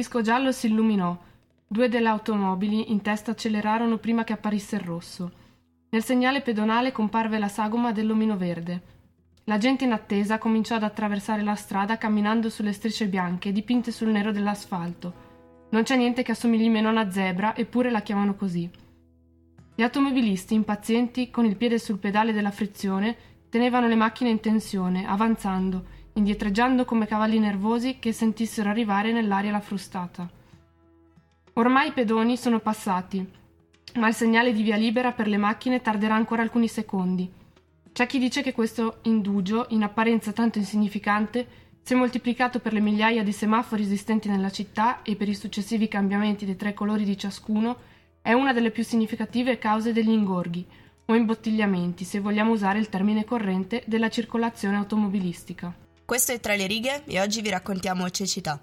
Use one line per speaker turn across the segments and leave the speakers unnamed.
disco giallo si illuminò. 2 delle automobili in testa accelerarono prima che apparisse il rosso. Nel segnale pedonale comparve la sagoma dell'omino verde. La gente in attesa cominciò ad attraversare la strada camminando sulle strisce bianche dipinte sul nero dell'asfalto. Non c'è niente che assomigli meno a una zebra, eppure la chiamano così. Gli automobilisti, impazienti, con il piede sul pedale della frizione, tenevano le macchine in tensione, avanzando, indietreggiando come cavalli nervosi che sentissero arrivare nell'aria la frustata. Ormai i pedoni sono passati, ma il segnale di via libera per le macchine tarderà ancora alcuni secondi. C'è chi dice che questo indugio, in apparenza tanto insignificante, se moltiplicato per le migliaia di semafori esistenti nella città e per i successivi cambiamenti dei 3 colori di ciascuno, è una delle più significative cause degli ingorghi, o imbottigliamenti, se vogliamo usare il termine corrente, della circolazione automobilistica.
Questo è Tra le righe e oggi vi raccontiamo cecità.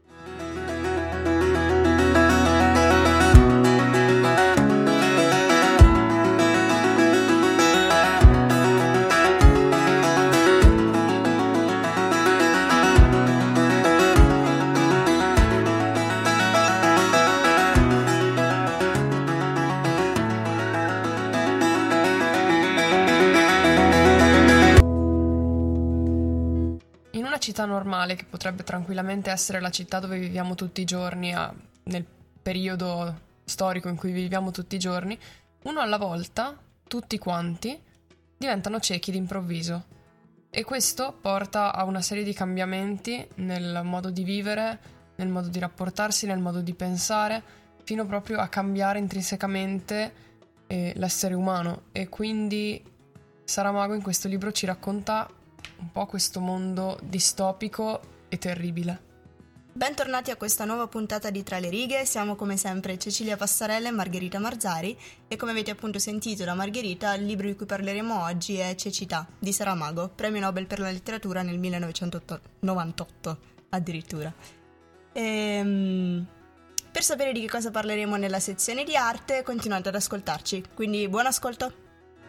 Città normale, che potrebbe tranquillamente essere la città dove viviamo tutti i giorni, nel periodo storico in cui viviamo tutti i giorni, uno alla volta, tutti quanti, diventano ciechi d'improvviso. E questo porta a una serie di cambiamenti nel modo di vivere, nel modo di rapportarsi, nel modo di pensare, fino proprio a cambiare intrinsecamente l'essere umano. E quindi Saramago in questo libro ci racconta un po' questo mondo distopico e terribile.
Bentornati a questa nuova puntata di Tra le righe, siamo come sempre Cecilia Passarella e Margherita Marzari e come avete appunto sentito da Margherita, il libro di cui parleremo oggi è Cecità di Saramago, premio Nobel per la letteratura nel 1998 addirittura. Per sapere di che cosa parleremo nella sezione di arte continuate ad ascoltarci, quindi buon ascolto!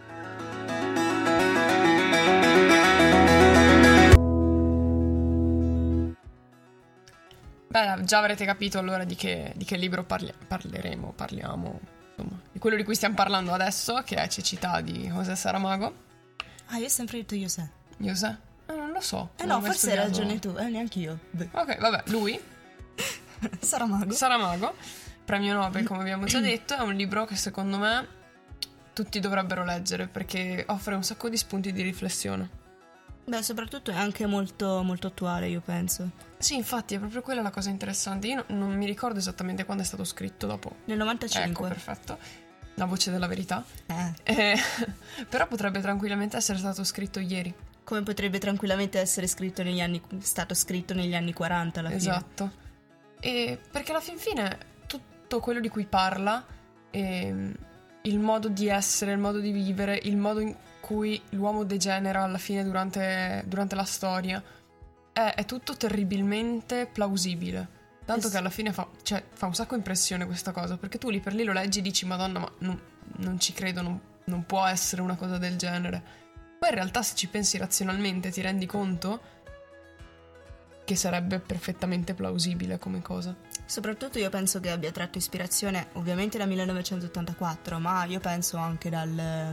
Beh, già avrete capito allora di che libro parliamo, insomma, di quello di cui stiamo parlando adesso, che è Cecità di José Saramago.
Ah, io ho sempre detto José.
José? Non lo so.
No, forse hai ragione tu, neanche io.
Ok, vabbè, lui. Saramago, premio Nobel, come abbiamo già detto, è un libro che secondo me tutti dovrebbero leggere perché offre un sacco di spunti di riflessione.
Beh, soprattutto è anche molto, molto attuale, io penso.
Sì, infatti, è proprio quella la cosa interessante. Io non mi ricordo esattamente quando è stato scritto dopo.
Nel 95.
Ecco, perfetto. La voce della verità. Però potrebbe tranquillamente essere stato scritto ieri.
Come potrebbe tranquillamente essere stato scritto negli anni 40 alla fine.
Esatto. E perché alla fin fine tutto quello di cui parla, il modo di essere, il modo di vivere, il modo in cui l'uomo degenera alla fine durante la storia è tutto terribilmente plausibile, tanto che alla fine fa un sacco impressione questa cosa, perché tu lì per lì lo leggi e dici Madonna, ma non ci credo, non può essere una cosa del genere. Poi in realtà se ci pensi razionalmente ti rendi conto che sarebbe perfettamente plausibile come cosa.
Soprattutto io penso che abbia tratto ispirazione ovviamente da 1984, ma io penso anche dal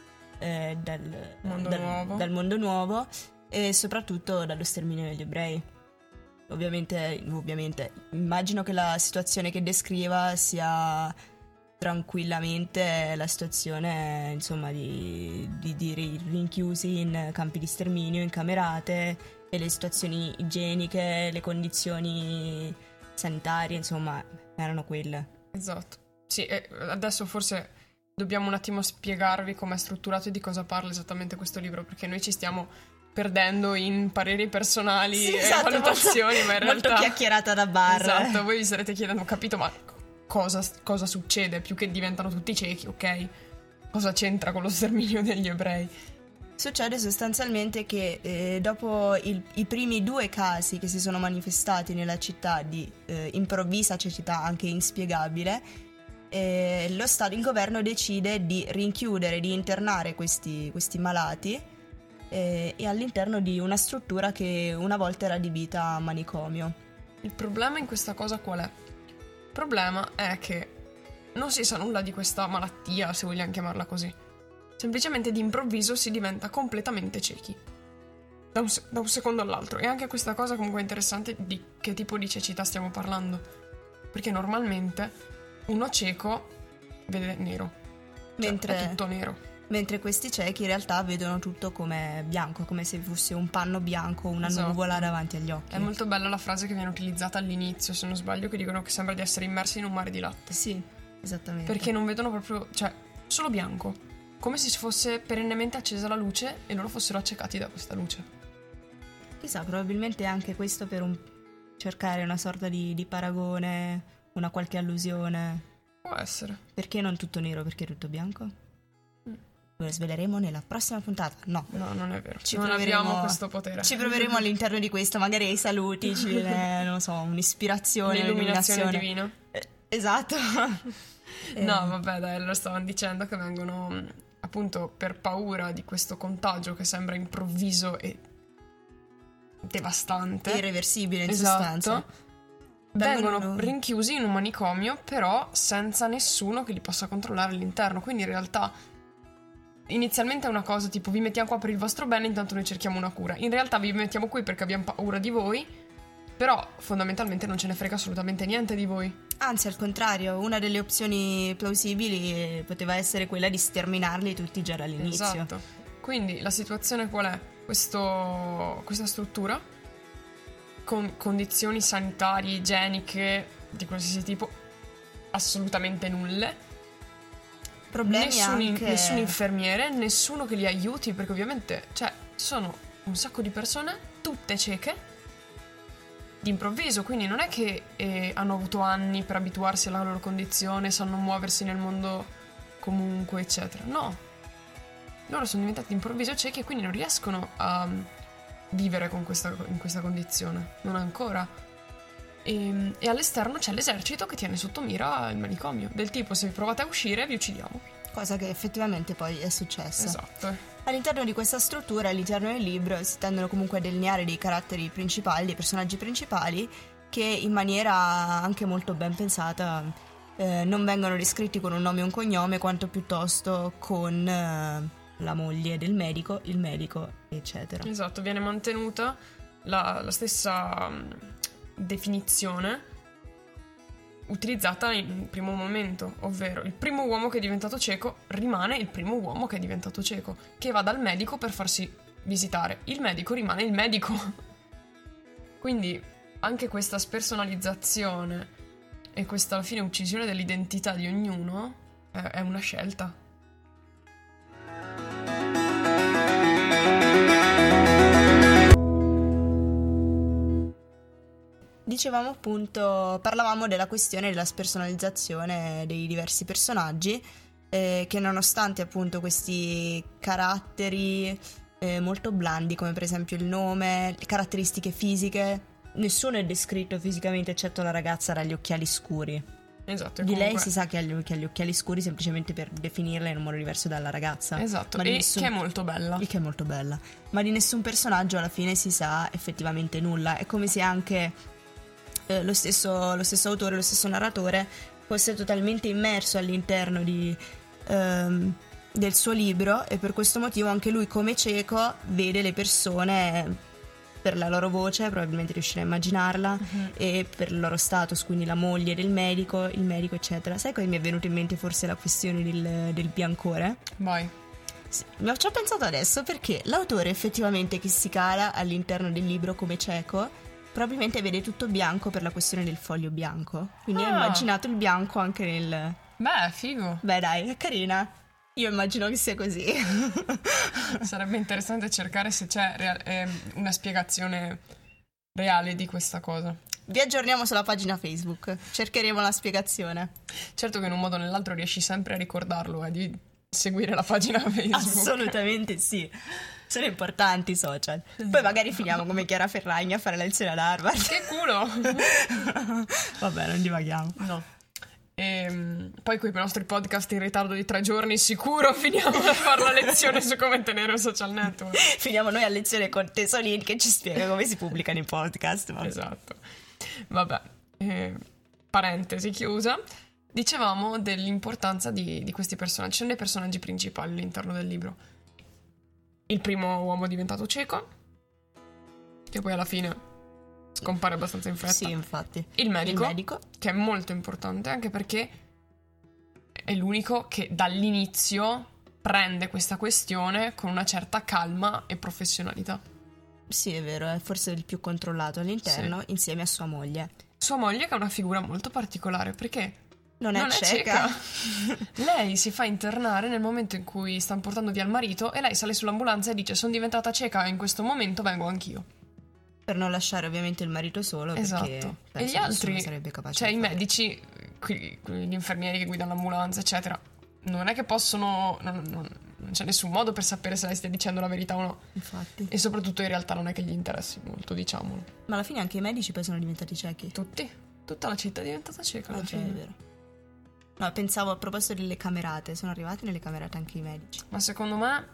mondo nuovo e soprattutto dallo sterminio degli ebrei. Ovviamente immagino che la situazione che descriva sia tranquillamente la situazione, insomma, di rinchiusi in campi di sterminio, in camerate, e le situazioni igieniche, le condizioni sanitarie, insomma, erano quelle.
Esatto. Sì, adesso forse dobbiamo un attimo spiegarvi com'è strutturato e di cosa parla esattamente questo libro, perché noi ci stiamo perdendo in pareri personali, sì, esatto, valutazioni, ma in realtà
molto chiacchierata da bar.
Esatto, voi vi sarete chiedendo, ho capito, ma cosa succede? Più che diventano tutti ciechi, ok? Cosa c'entra con lo sterminio degli ebrei?
Succede sostanzialmente che dopo i primi 2 casi che si sono manifestati nella città di improvvisa cecità anche inspiegabile, il governo decide di rinchiudere, di internare questi malati e all'interno di una struttura che una volta era adibita a manicomio.
Il problema in questa cosa qual è? problema è che non si sa nulla di questa malattia, se vogliamo chiamarla così. Semplicemente d'improvviso si diventa completamente ciechi. Da un secondo all'altro. E anche questa cosa comunque è interessante, di che tipo di cecità stiamo parlando. Perché normalmente uno cieco vede nero. Cioè, è tutto nero.
Mentre questi ciechi in realtà vedono tutto come bianco, come se fosse un panno bianco, una nuvola davanti agli occhi.
È molto bella la frase che viene utilizzata all'inizio, se non sbaglio, che dicono che sembra di essere immersi in un mare di latte.
Sì, esattamente.
Perché non vedono proprio, cioè, solo bianco. Come se fosse perennemente accesa la luce e loro fossero accecati da questa luce.
Chissà, probabilmente anche questo per cercare una sorta di paragone, una qualche allusione.
Può essere.
Perché non tutto nero, perché tutto bianco? Lo sveleremo nella prossima puntata. No,
non è vero. Non abbiamo questo potere.
Ci proveremo all'interno di questo, magari ai saluti ci viene, non so, un'ispirazione,
un'illuminazione divina.
Esatto.
No, vabbè, dai, lo stavano dicendo che vengono, appunto, per paura di questo contagio che sembra improvviso e devastante,
irreversibile in sostanza.
Vengono rinchiusi in un manicomio, però senza nessuno che li possa controllare all'interno. Quindi in realtà inizialmente è una cosa tipo: vi mettiamo qua per il vostro bene, intanto noi cerchiamo una cura. In realtà vi mettiamo qui perché abbiamo paura di voi, però fondamentalmente non ce ne frega assolutamente niente di voi.
Anzi, al contrario, una delle opzioni plausibili poteva essere quella di sterminarli tutti già dall'inizio.
Esatto. Quindi la situazione qual è? Questa struttura con condizioni sanitarie, igieniche di qualsiasi tipo assolutamente nulle,
problemi
nessun infermiere, nessuno che li aiuti, perché ovviamente, cioè, sono un sacco di persone tutte cieche d'improvviso, quindi non è che hanno avuto anni per abituarsi alla loro condizione, sanno muoversi nel mondo comunque, eccetera. No, loro sono diventati d'improvviso ciechi e quindi non riescono a vivere in questa condizione, non ancora. E all'esterno c'è l'esercito che tiene sotto mira il manicomio, del tipo: se vi provate a uscire vi uccidiamo.
Cosa che effettivamente poi è successa.
Esatto.
All'interno di questa struttura, all'interno del libro, si tendono comunque a delineare dei caratteri principali, dei personaggi principali, che in maniera anche molto ben pensata non vengono descritti con un nome e un cognome, quanto piuttosto con la moglie del medico, il medico, eccetera.
Esatto, viene mantenuta la stessa definizione utilizzata in primo momento, ovvero il primo uomo che è diventato cieco rimane il primo uomo che è diventato cieco, che va dal medico per farsi visitare. Il medico rimane il medico. Quindi anche questa spersonalizzazione e questa alla fine uccisione dell'identità di ognuno è una scelta.
Dicevamo appunto, parlavamo della questione della spersonalizzazione dei diversi personaggi, che nonostante appunto questi caratteri molto blandi, come per esempio il nome, le caratteristiche fisiche, nessuno è descritto fisicamente eccetto la ragazza dagli occhiali scuri.
Esatto.
Di lei si sa che ha gli occhiali scuri semplicemente per definirla in un modo diverso dalla ragazza.
Esatto, che è molto bella.
Che è molto bella. Ma di nessun personaggio alla fine si sa effettivamente nulla. È come se anche lo stesso autore, lo stesso narratore fosse totalmente immerso all'interno del suo libro, e per questo motivo anche lui, come cieco, vede le persone per la loro voce, probabilmente riuscirà a immaginarla, e per il loro status, quindi la moglie del medico, il medico, eccetera. Sai cosa mi è venuto in mente? Forse la questione del biancore?
Vai.
Sì, ci ho pensato adesso, perché l'autore effettivamente che si cala all'interno del libro come cieco probabilmente vede tutto bianco per la questione del foglio bianco. Quindi ho immaginato il bianco anche nel...
Beh, figo.
Beh dai, è carina. Io immagino che sia così.
Sarebbe interessante cercare se c'è una spiegazione reale di questa cosa.
Vi aggiorniamo sulla pagina Facebook, cercheremo la spiegazione.
Certo che in un modo o nell'altro riesci sempre a ricordarlo, di seguire la pagina Facebook.
Assolutamente sì. Sono importanti i social. Poi magari finiamo come Chiara Ferragni a fare la lezione ad Harvard.
Che culo!
Vabbè, non divaghiamo.
No. E poi con i nostri podcast in ritardo di 3 giorni sicuro finiamo a fare la lezione su come tenere un social network.
Finiamo noi a lezione con Tesolin che ci spiega come si pubblicano i podcast. Vabbè.
Esatto. Vabbè. parentesi chiusa, dicevamo dell'importanza di questi personaggi. Ci sono dei personaggi principali all'interno del libro. Il primo uomo diventato cieco, che poi alla fine scompare abbastanza in fretta.
Sì, infatti.
Il medico, che è molto importante, anche perché è l'unico che dall'inizio prende questa questione con una certa calma e professionalità.
Sì, è vero, è forse il più controllato all'interno,
Sì.
insieme a sua moglie.
Sua moglie, che è una figura molto particolare, perché
Non è cieca.
Lei si fa internare nel momento in cui stanno portando via il marito e lei sale sull'ambulanza e dice: sono diventata cieca e in questo momento vengo anch'io.
Per non lasciare ovviamente il marito solo,
Esatto.
perché
E gli altri,
sarebbe capace
cioè
di
i
farlo.
medici, gli infermieri che guidano l'ambulanza, eccetera, non è che possono, non c'è nessun modo per sapere se lei stia dicendo la verità o no.
Infatti.
E soprattutto in realtà non è che gli interessi molto, diciamolo.
Ma alla fine anche i medici poi sono diventati ciechi.
Tutta la città è diventata cieca alla
Cioè,
fine.
è vero. No, pensavo a proposito delle camerate, sono arrivati nelle camerate anche i medici.
Ma secondo me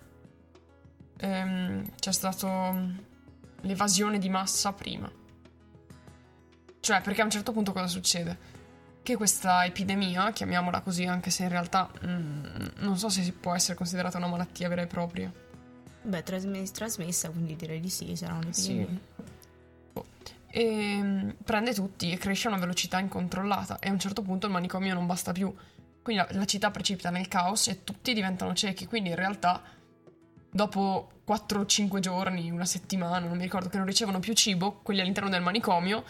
c'è stato l'evasione di massa prima. Cioè, perché a un certo punto cosa succede? Che questa epidemia, chiamiamola così, anche se in realtà non so se si può essere considerata una malattia vera e propria.
Beh, trasmessa, quindi direi di sì, sarà un'epidemia.
Sì. E prende tutti e cresce a una velocità incontrollata e a un certo punto il manicomio non basta più, quindi la città precipita nel caos e tutti diventano ciechi, quindi in realtà dopo 4 o 5 giorni, una settimana, non mi ricordo, che non ricevono più cibo, quelli all'interno del manicomio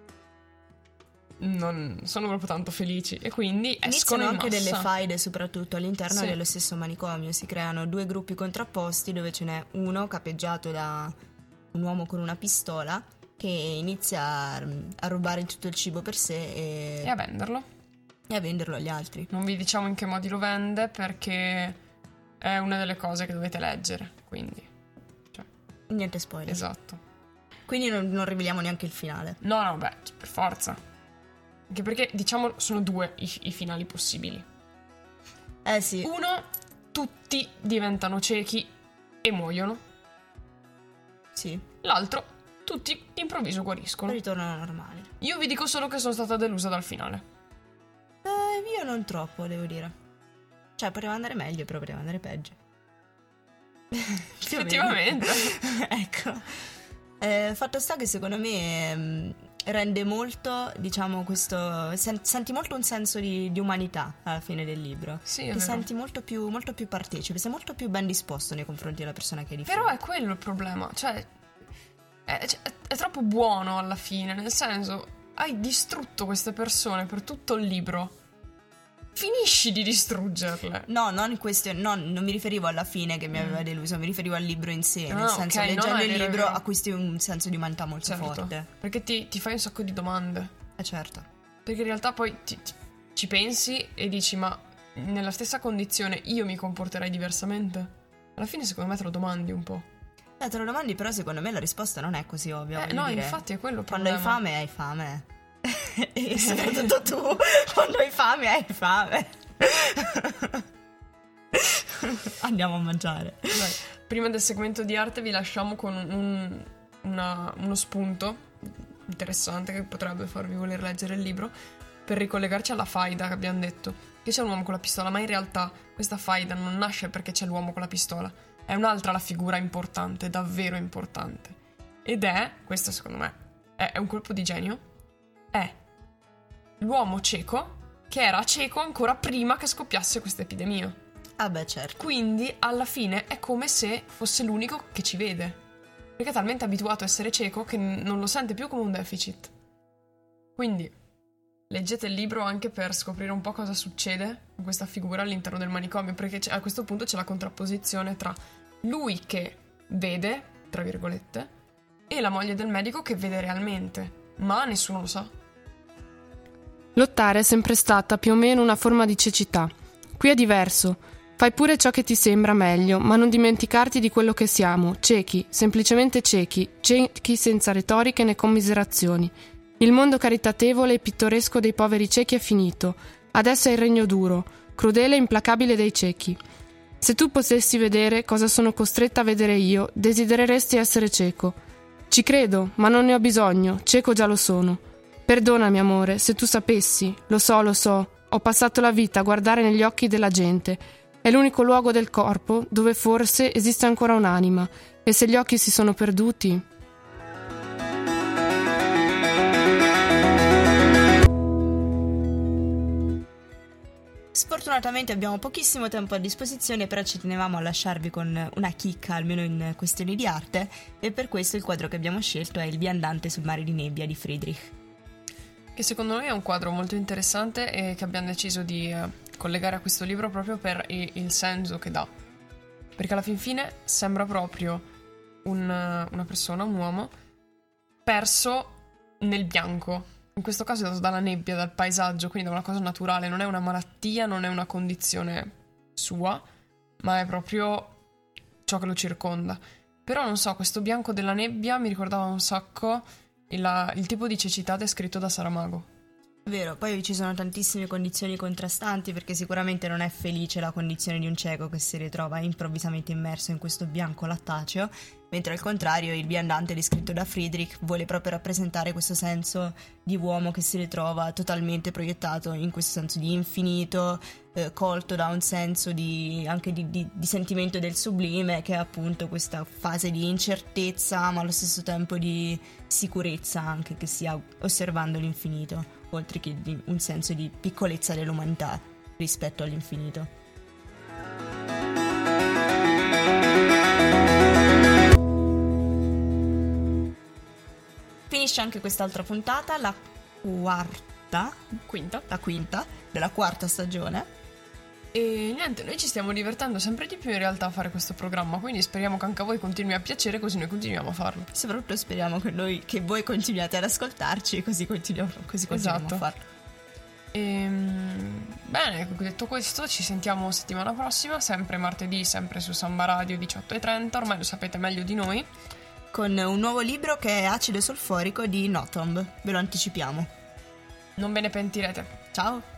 non sono proprio tanto felici e quindi escono
Iniziano
in
anche
massa.
delle faide soprattutto all'interno
Sì.
dello stesso manicomio, si creano 2 gruppi contrapposti dove ce n'è uno capeggiato da un uomo con una pistola che inizia a rubare tutto il cibo per sé
E a venderlo.
e a venderlo agli altri.
Non vi diciamo in che modi lo vende perché è una delle cose che dovete leggere, quindi
Niente spoiler.
esatto.
Quindi non riveliamo neanche il finale.
No, beh, per forza. Anche perché, diciamo, sono 2 i finali possibili.
Sì.
Uno, tutti diventano ciechi e muoiono.
Sì.
L'altro, tutti d'improvviso guariscono.
Ritornano normali.
Io vi dico solo che sono stata delusa dal finale.
Io non troppo, devo dire. Cioè, poteva andare meglio, però poteva andare peggio.
Effettivamente.
Ecco. Fatto sta che secondo me rende molto, diciamo, questo... senti molto un senso di umanità alla fine del libro.
Sì, è
Ti
vero.
senti molto più partecipe, sei molto più ben disposto nei confronti della persona che hai di
Però
fronte.
è quello il problema. Cioè, è troppo buono alla fine. Nel senso, hai distrutto queste persone per tutto il libro. Finisci di distruggerle.
No, non mi riferivo alla fine che mi aveva deluso, mi riferivo al libro in sé, nel senso,
ok,
leggendo
è
il
vero, è
libro
vero.
acquisti un senso di umanità molto
Certo,
forte.
perché ti fai un sacco di domande.
Certo.
Perché in realtà poi ci pensi e dici: ma nella stessa condizione io mi comporterei diversamente? Alla fine secondo me te lo domandi un po'.
Te lo domandi, però secondo me la risposta non è così ovvia. voglio
No,
dire.
infatti è quello il
Quando hai
problema.
fame, hai fame. E soprattutto tu, quando hai fame, hai fame. Andiamo a mangiare.
Dai, prima del segmento di arte vi lasciamo con uno spunto interessante che potrebbe farvi voler leggere il libro, per ricollegarci alla faida che abbiamo detto, che c'è un uomo con la pistola, ma in realtà questa faida non nasce perché c'è l'uomo con la pistola, è un'altra la figura importante, davvero importante, ed è, questo secondo me è un colpo di genio, è l'uomo cieco che era cieco ancora prima che scoppiasse questa epidemia.
Ah beh, certo.
Quindi alla fine è come se fosse l'unico che ci vede, perché è talmente abituato a essere cieco che non lo sente più come un deficit. Quindi leggete il libro anche per scoprire un po' cosa succede con questa figura all'interno del manicomio, perché a questo punto c'è la contrapposizione tra lui che vede, tra virgolette, e la moglie del medico che vede realmente, ma nessuno lo sa.
Lottare è sempre stata più o meno una forma di cecità. Qui è diverso. Fai pure ciò che ti sembra meglio, ma non dimenticarti di quello che siamo, ciechi, semplicemente ciechi senza retoriche né commiserazioni. Il mondo caritatevole e pittoresco dei poveri ciechi è finito. Adesso è il regno duro, crudele e implacabile dei ciechi. Se tu potessi vedere cosa sono costretta a vedere io, desidereresti essere cieco. Ci credo, ma non ne ho bisogno, cieco già lo sono. Perdonami, amore, se tu sapessi. Lo so, ho passato la vita a guardare negli occhi della gente. È l'unico luogo del corpo dove forse esiste ancora un'anima. E se gli occhi si sono perduti...
Sfortunatamente abbiamo pochissimo tempo a disposizione, però ci tenevamo a lasciarvi con una chicca, almeno in questioni di arte, e per questo il quadro che abbiamo scelto è Il viandante sul mare di nebbia di Friedrich.
Che secondo noi è un quadro molto interessante e che abbiamo deciso di collegare a questo libro proprio per il senso che dà. Perché alla fin fine sembra proprio una persona, un uomo, perso nel bianco. In questo caso è dato dalla nebbia, dal paesaggio, quindi da una cosa naturale, non è una malattia, non è una condizione sua, ma è proprio ciò che lo circonda. Però non so, questo bianco della nebbia mi ricordava un sacco il tipo di cecità descritto da Saramago.
Vero, poi ci sono tantissime condizioni contrastanti, perché sicuramente non è felice la condizione di un cieco che si ritrova improvvisamente immerso in questo bianco lattaceo, mentre al contrario il viandante descritto da Friedrich vuole proprio rappresentare questo senso di uomo che si ritrova totalmente proiettato in questo senso di infinito, colto da un senso anche di sentimento del sublime, che è appunto questa fase di incertezza ma allo stesso tempo di sicurezza anche che si ha osservando l'infinito, oltre che di un senso di piccolezza dell'umanità rispetto all'infinito. Finisce anche quest'altra puntata, la quinta della quarta stagione.
E niente, noi ci stiamo divertendo sempre di più in realtà a fare questo programma, quindi speriamo che anche a voi continui a piacere, così noi continuiamo a farlo.
Soprattutto speriamo che voi continuiate ad ascoltarci, così continuiamo
esatto.
a farlo.
Bene, detto questo, ci sentiamo settimana prossima, sempre martedì, sempre su Samba Radio 18:30, ormai lo sapete meglio di noi,
con un nuovo libro che è Acido solforico di Nothomb, ve lo anticipiamo.
Non ve ne pentirete.
Ciao!